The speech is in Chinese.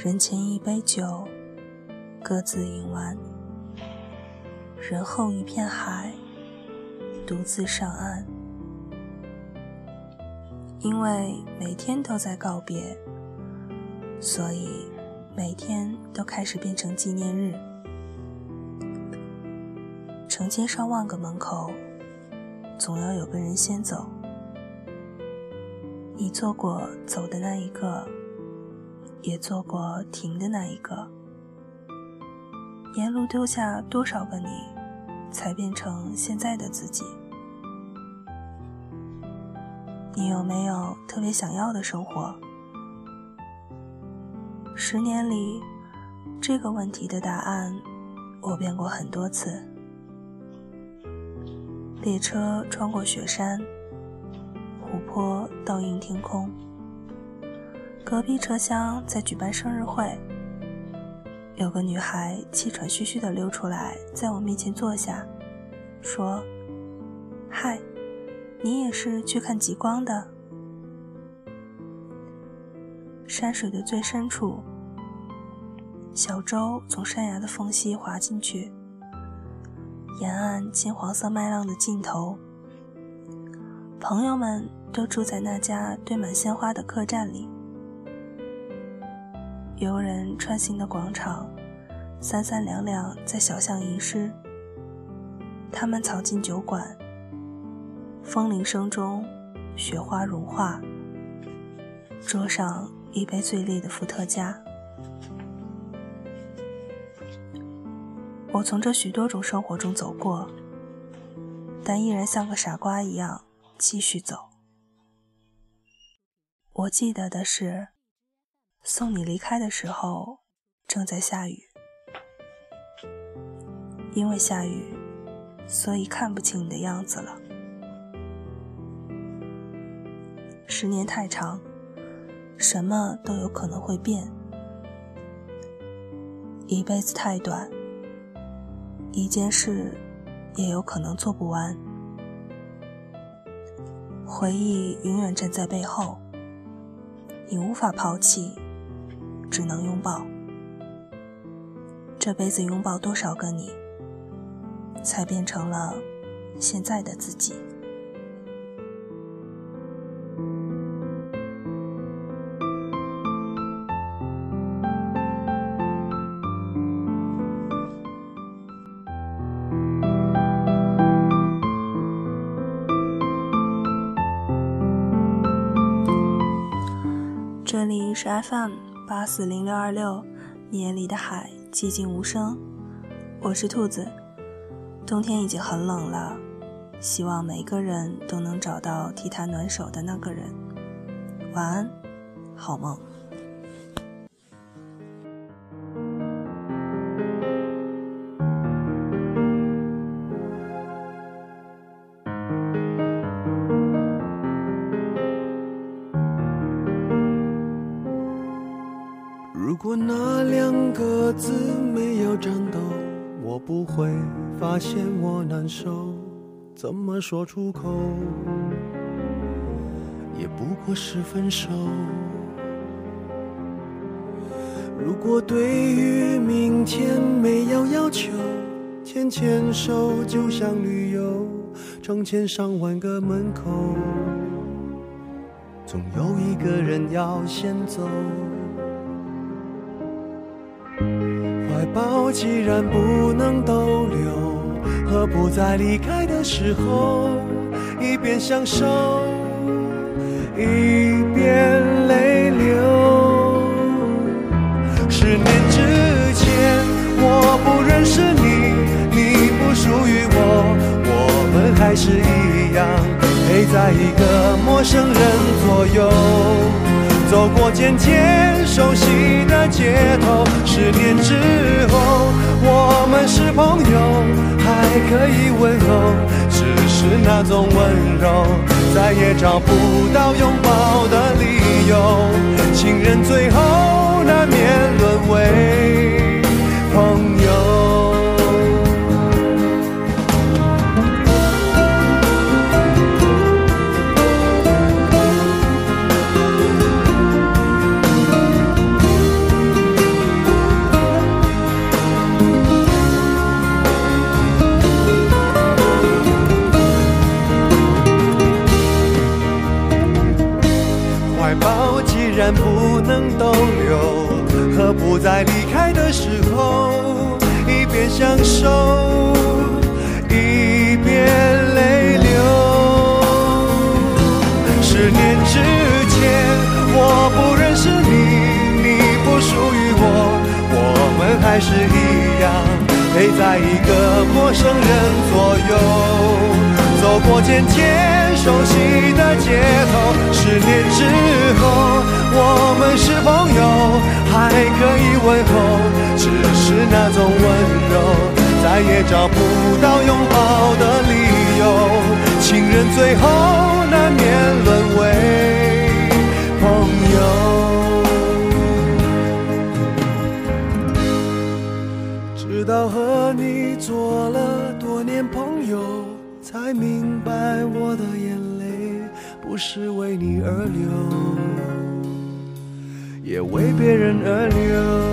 人前一杯酒，各自饮完，人后一片海，独自上岸。因为每天都在告别，所以每天都开始变成纪念日。成千上万个门口，总要有个人先走。你做过走的那一个，也做过停的那一个。沿路丢下多少个你，才变成现在的自己？你有没有特别想要的生活？10年里，这个问题的答案我变过很多次。列车穿过雪山，湖泊倒映天空，隔壁车厢在举办生日会，有个女孩气喘吁吁地溜出来，在我面前坐下，说：嗨，你也是去看极光的？山水的最深处，小舟从山崖的缝隙滑进去，沿岸金黄色麦浪的尽头，朋友们都住在那家堆满鲜花的客栈里。游人穿行的广场，三三两两在小巷遗失。他们草进酒馆，风铃声中雪花融化，桌上一杯最烈的伏特加。我从这许多种生活中走过，但依然像个傻瓜一样继续走。我记得的是，送你离开的时候正在下雨，因为下雨，所以看不清你的样子了。10年太长，什么都有可能会变。一辈子太短，一件事也有可能做不完。回忆永远站在背后，你无法抛弃，只能拥抱。这辈子拥抱多少个你，才变成了现在的自己。这里是 FM840626，你眼里的海，寂静无声。我是兔子。冬天已经很冷了，希望每个人都能找到替他暖手的那个人。晚安，好梦。 如果那2个字没有颤抖，我不会发现我难受，怎么说出口，也不过是分手。如果对于明天没有要求，牵牵手就像旅游，成千上万个门口，总有一个人要先走。怀抱既然不能逗留，何不在离开的时候，一边享受，一边泪流。10年之前，我不认识你，你不属于我，我们还是一样陪在一个陌生人左右，走过渐渐熟悉的街头。10年之后，我们是朋友，还可以温柔，只是那种温柔再也找不到拥抱的理由。情人最后难免沦为朋友。 不能逗留，何不在离开的时候一边享受一边泪流。10年之前我不认识你，你不属于我们还是一样陪在一个陌生人左右，走过渐渐熟悉的街头。10年之后我们是朋友，还可以问候，只是那种温柔再也找不到拥抱的理由，情人最后难免沦为朋友。直到和你做了多年朋友，才明白我的眼泪不是为你而流，也为别人而流。